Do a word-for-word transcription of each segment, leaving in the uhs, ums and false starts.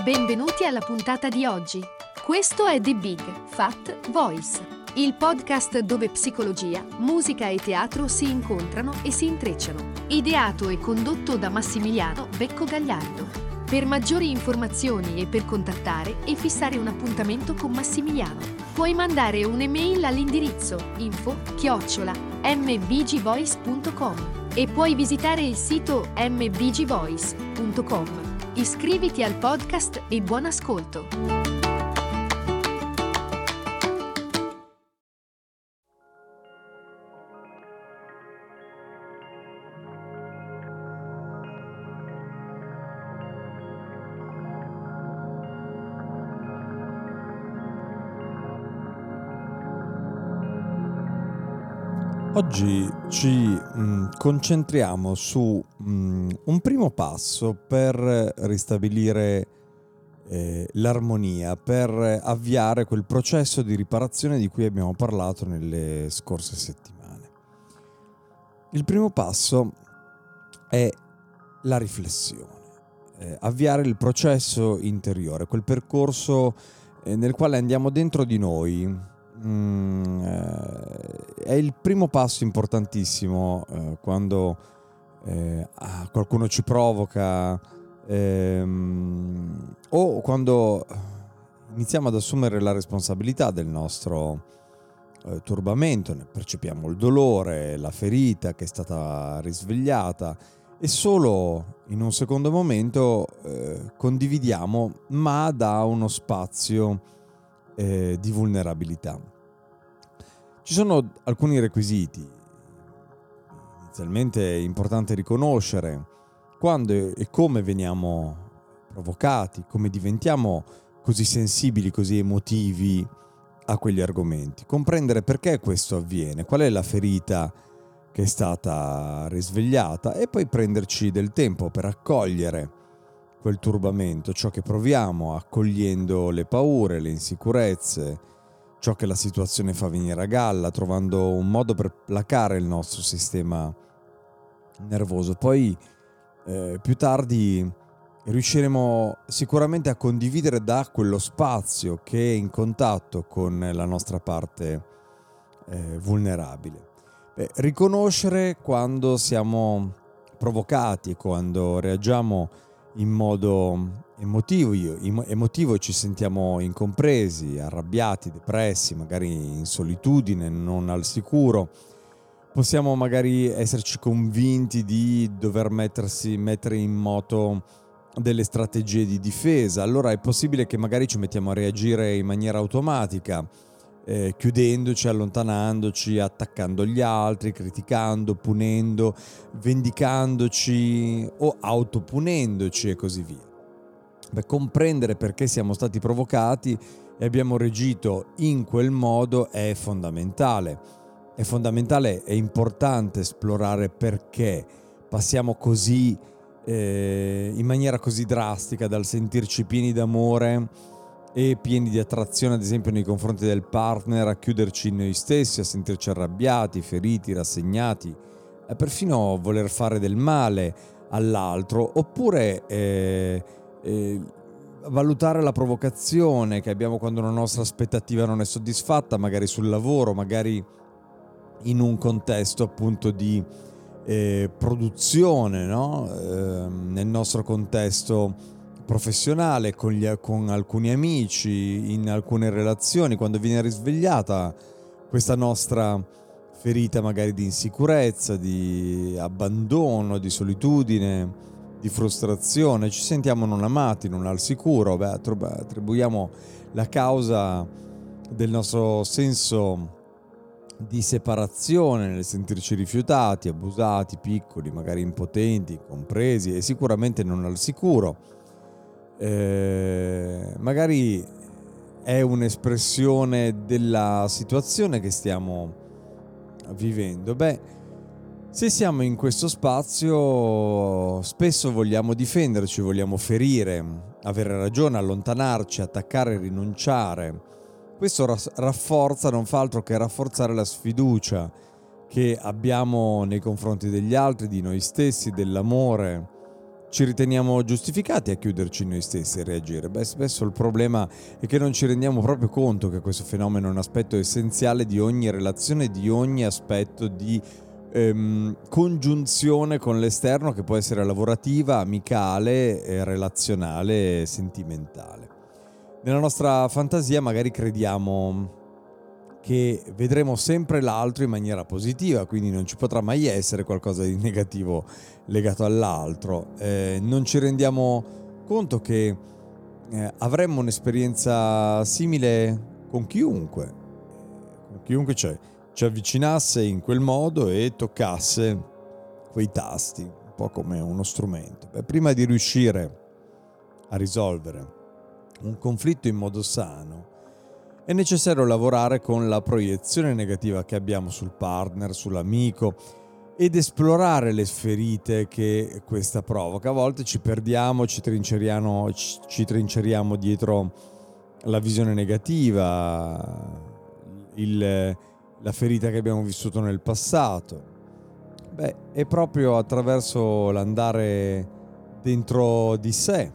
Benvenuti alla puntata di oggi. Questo è The Big Fat Voice, il podcast dove psicologia, musica e teatro si incontrano e si intrecciano. Ideato e condotto da Massimiliano Becco Gagliardo. Per maggiori informazioni e per contattare e fissare un appuntamento con Massimiliano, puoi mandare un'email all'indirizzo info chiocciola m b g voice punto com e puoi visitare il sito m b g voice punto com. Iscriviti al podcast e buon ascolto! Oggi ci mh, concentriamo su mh, un primo passo per ristabilire eh, l'armonia, per avviare quel processo di riparazione di cui abbiamo parlato nelle scorse settimane. Il primo passo è la riflessione, eh, avviare il processo interiore, quel percorso eh, nel quale andiamo dentro di noi. Mm, eh, è il primo passo importantissimo eh, quando eh, ah, qualcuno ci provoca ehm, o quando iniziamo ad assumere la responsabilità del nostro eh, turbamento, ne percepiamo il dolore, la ferita che è stata risvegliata e solo in un secondo momento eh, condividiamo, ma da uno spazio Eh, di vulnerabilità. Ci sono alcuni requisiti. Inizialmente è importante riconoscere quando e come veniamo provocati, come diventiamo così sensibili, così emotivi a quegli argomenti. Comprendere perché questo avviene, qual è la ferita che è stata risvegliata e poi prenderci del tempo per accogliere quel turbamento, ciò che proviamo, accogliendo le paure, le insicurezze, ciò che la situazione fa venire a galla, trovando un modo per placare il nostro sistema nervoso. Poi eh, più tardi riusciremo sicuramente a condividere da quello spazio che è in contatto con la nostra parte eh, vulnerabile. Beh, riconoscere quando siamo provocati e quando reagiamo in modo emotivo, emotivo e ci sentiamo incompresi, arrabbiati, depressi, magari in solitudine, non al sicuro. Possiamo magari esserci convinti di dover mettersi, mettere in moto delle strategie di difesa. Allora è possibile che magari ci mettiamo a reagire in maniera automatica, eh, chiudendoci, allontanandoci, attaccando gli altri, criticando, punendo, vendicandoci o autopunendoci e così via. Beh, comprendere perché siamo stati provocati e abbiamo reagito in quel modo è fondamentale. È fondamentale, è importante esplorare perché passiamo così, eh, in maniera così drastica dal sentirci pieni d'amore e pieni di attrazione, ad esempio nei confronti del partner, a chiuderci in noi stessi, a sentirci arrabbiati, feriti, rassegnati, a perfino voler fare del male all'altro, oppure eh, eh, valutare la provocazione che abbiamo quando una nostra aspettativa non è soddisfatta, magari sul lavoro, magari in un contesto appunto di eh, produzione, no? Eh, nel nostro contesto professionale, con, gli, con alcuni amici, in alcune relazioni, quando viene risvegliata questa nostra ferita magari di insicurezza, di abbandono, di solitudine, di frustrazione, ci sentiamo non amati, non al sicuro, beh, attribuiamo la causa del nostro senso di separazione nel sentirci rifiutati, abusati, piccoli, magari impotenti, compresi e sicuramente non al sicuro. Eh, magari è un'espressione della situazione che stiamo vivendo. Beh, se siamo in questo spazio spesso vogliamo difenderci, vogliamo ferire, avere ragione, allontanarci, attaccare, rinunciare. Questo rafforza, non fa altro che rafforzare la sfiducia che abbiamo nei confronti degli altri, di noi stessi, dell'amore ci riteniamo giustificati a chiuderci noi stessi e reagire. Beh, spesso il problema è che non ci rendiamo proprio conto che questo fenomeno è un aspetto essenziale di ogni relazione, di ogni aspetto di ehm, congiunzione con l'esterno, che può essere lavorativa, amicale, eh, relazionale, sentimentale. Nella nostra fantasia magari crediamo che vedremo sempre l'altro in maniera positiva, quindi non ci potrà mai essere qualcosa di negativo legato all'altro. Eh, non ci rendiamo conto che eh, avremmo un'esperienza simile con chiunque, con chiunque ci, ci avvicinasse in quel modo e toccasse quei tasti, un po' come uno strumento. Beh, prima di riuscire a risolvere un conflitto in modo sano, è necessario lavorare con la proiezione negativa che abbiamo sul partner, sull'amico, ed esplorare le ferite che questa provoca. A volte ci perdiamo, ci trinceriamo, ci trinceriamo dietro la visione negativa, il, la ferita che abbiamo vissuto nel passato. Beh, è proprio attraverso l'andare dentro di sé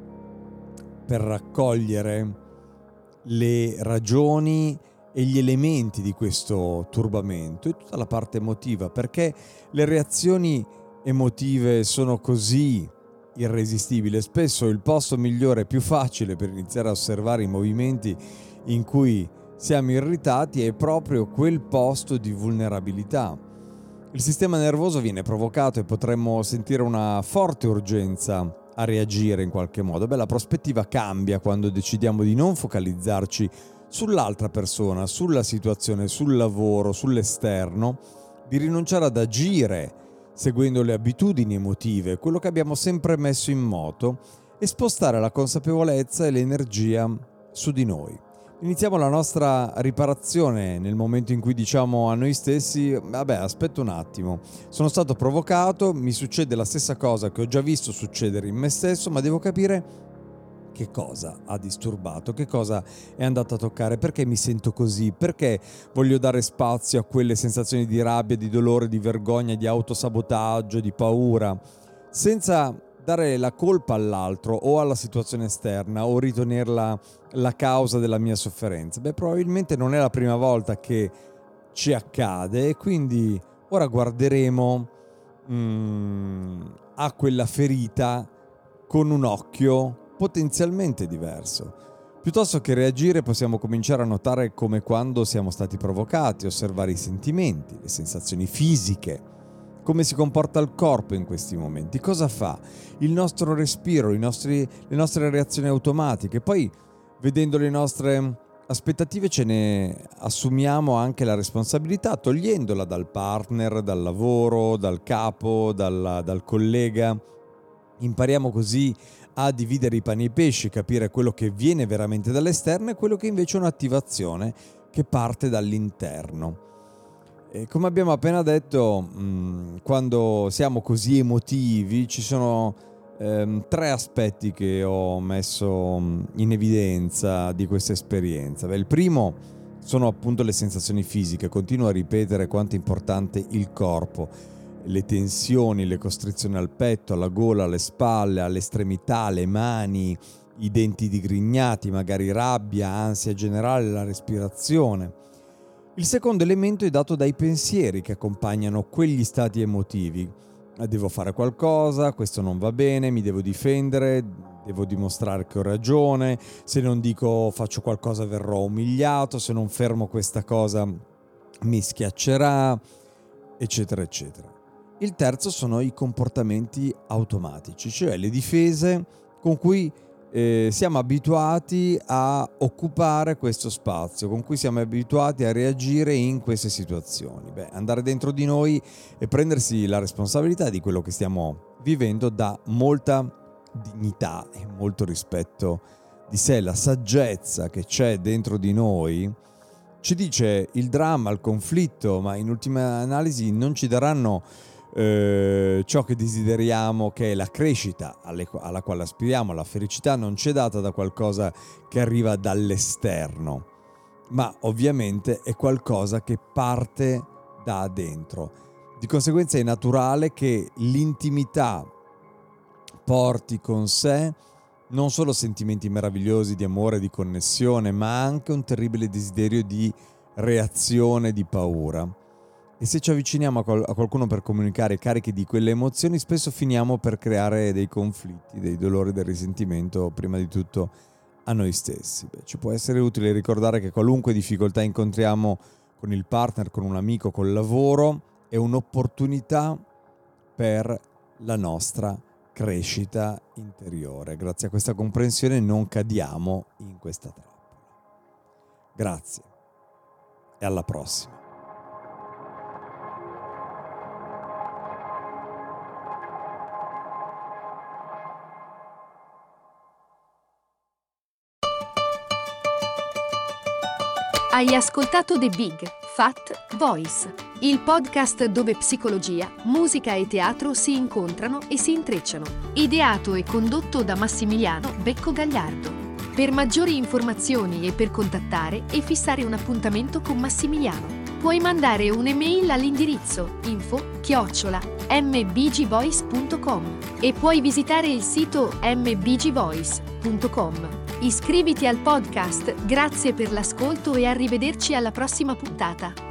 per raccogliere le ragioni e gli elementi di questo turbamento e tutta la parte emotiva, perché le reazioni emotive sono così irresistibili. Spesso il posto migliore e più facile per iniziare a osservare i movimenti in cui siamo irritati è proprio quel posto di vulnerabilità. Il sistema nervoso viene provocato e potremmo sentire una forte urgenza a reagire in qualche modo. Beh, la prospettiva cambia quando decidiamo di non focalizzarci sull'altra persona, sulla situazione, sul lavoro, sull'esterno, di rinunciare ad agire seguendo le abitudini emotive, quello che abbiamo sempre messo in moto, e spostare la consapevolezza e l'energia su di noi. Iniziamo la nostra riparazione nel momento in cui diciamo a noi stessi: vabbè, aspetta un attimo, sono stato provocato, mi succede la stessa cosa che ho già visto succedere in me stesso, ma devo capire che cosa ha disturbato, che cosa è andato a toccare, perché mi sento così, perché voglio dare spazio a quelle sensazioni di rabbia, di dolore, di vergogna, di autosabotaggio, di paura, senza dare la colpa all'altro o alla situazione esterna o ritenerla la causa della mia sofferenza. Beh, probabilmente non è la prima volta che ci accade, e quindi ora guarderemo mm, a quella ferita con un occhio potenzialmente diverso. Piuttosto che reagire, possiamo cominciare a notare come, quando siamo stati provocati, osservare i sentimenti, le sensazioni fisiche, come si comporta il corpo in questi momenti, cosa fa il nostro respiro, i nostri, le nostre reazioni automatiche. Poi, vedendo le nostre aspettative, ce ne assumiamo anche la responsabilità, togliendola dal partner, dal lavoro, dal capo, dal, dal collega. Impariamo così a dividere i pani e i pesci, capire quello che viene veramente dall'esterno e quello che invece è un'attivazione che parte dall'interno. E come abbiamo appena detto, mh, quando siamo così emotivi ci sono ehm, tre aspetti che ho messo in evidenza di questa esperienza. Beh, il primo sono appunto le sensazioni fisiche. Continuo a ripetere quanto è importante il corpo, le tensioni, le costrizioni al petto, alla gola, alle spalle, alle estremità, alle mani, i denti digrignati, magari rabbia, ansia generale, la respirazione. Il secondo elemento è dato dai pensieri che accompagnano quegli stati emotivi. Devo fare qualcosa, questo non va bene, mi devo difendere, devo dimostrare che ho ragione, se non dico faccio qualcosa verrò umiliato, se non fermo questa cosa mi schiaccerà, eccetera, eccetera. Il terzo sono i comportamenti automatici, cioè le difese con cui Eh, siamo abituati a occupare questo spazio, con cui siamo abituati a reagire in queste situazioni. Beh, andare dentro di noi e prendersi la responsabilità di quello che stiamo vivendo dà molta dignità e molto rispetto di sé. La saggezza che c'è dentro di noi ci dice il dramma, il conflitto, ma in ultima analisi non ci daranno Eh, ciò che desideriamo, che è la crescita alle, alla quale aspiriamo. La felicità non ci è data da qualcosa che arriva dall'esterno, ma ovviamente è qualcosa che parte da dentro. Di conseguenza è naturale che l'intimità porti con sé non solo sentimenti meravigliosi di amore, di connessione, ma anche un terribile desiderio di reazione, di paura. E se ci avviciniamo a, qual- a qualcuno per comunicare carichi di quelle emozioni, spesso finiamo per creare dei conflitti, dei dolori, del risentimento, prima di tutto a noi stessi. Beh, ci può essere utile ricordare che qualunque difficoltà incontriamo con il partner, con un amico, col lavoro, è un'opportunità per la nostra crescita interiore. Grazie a questa comprensione non cadiamo in questa trappola. Grazie e alla prossima. Hai ascoltato The Big Fat Voice, il podcast dove psicologia, musica e teatro si incontrano e si intrecciano. Ideato e condotto da Massimiliano Becco Gagliardo. Per maggiori informazioni e per contattare e fissare un appuntamento con Massimiliano, puoi mandare un'email all'indirizzo info chiocciola m b g voice punto com e puoi visitare il sito m b g voice punto com. Iscriviti al podcast, grazie per l'ascolto e arrivederci alla prossima puntata.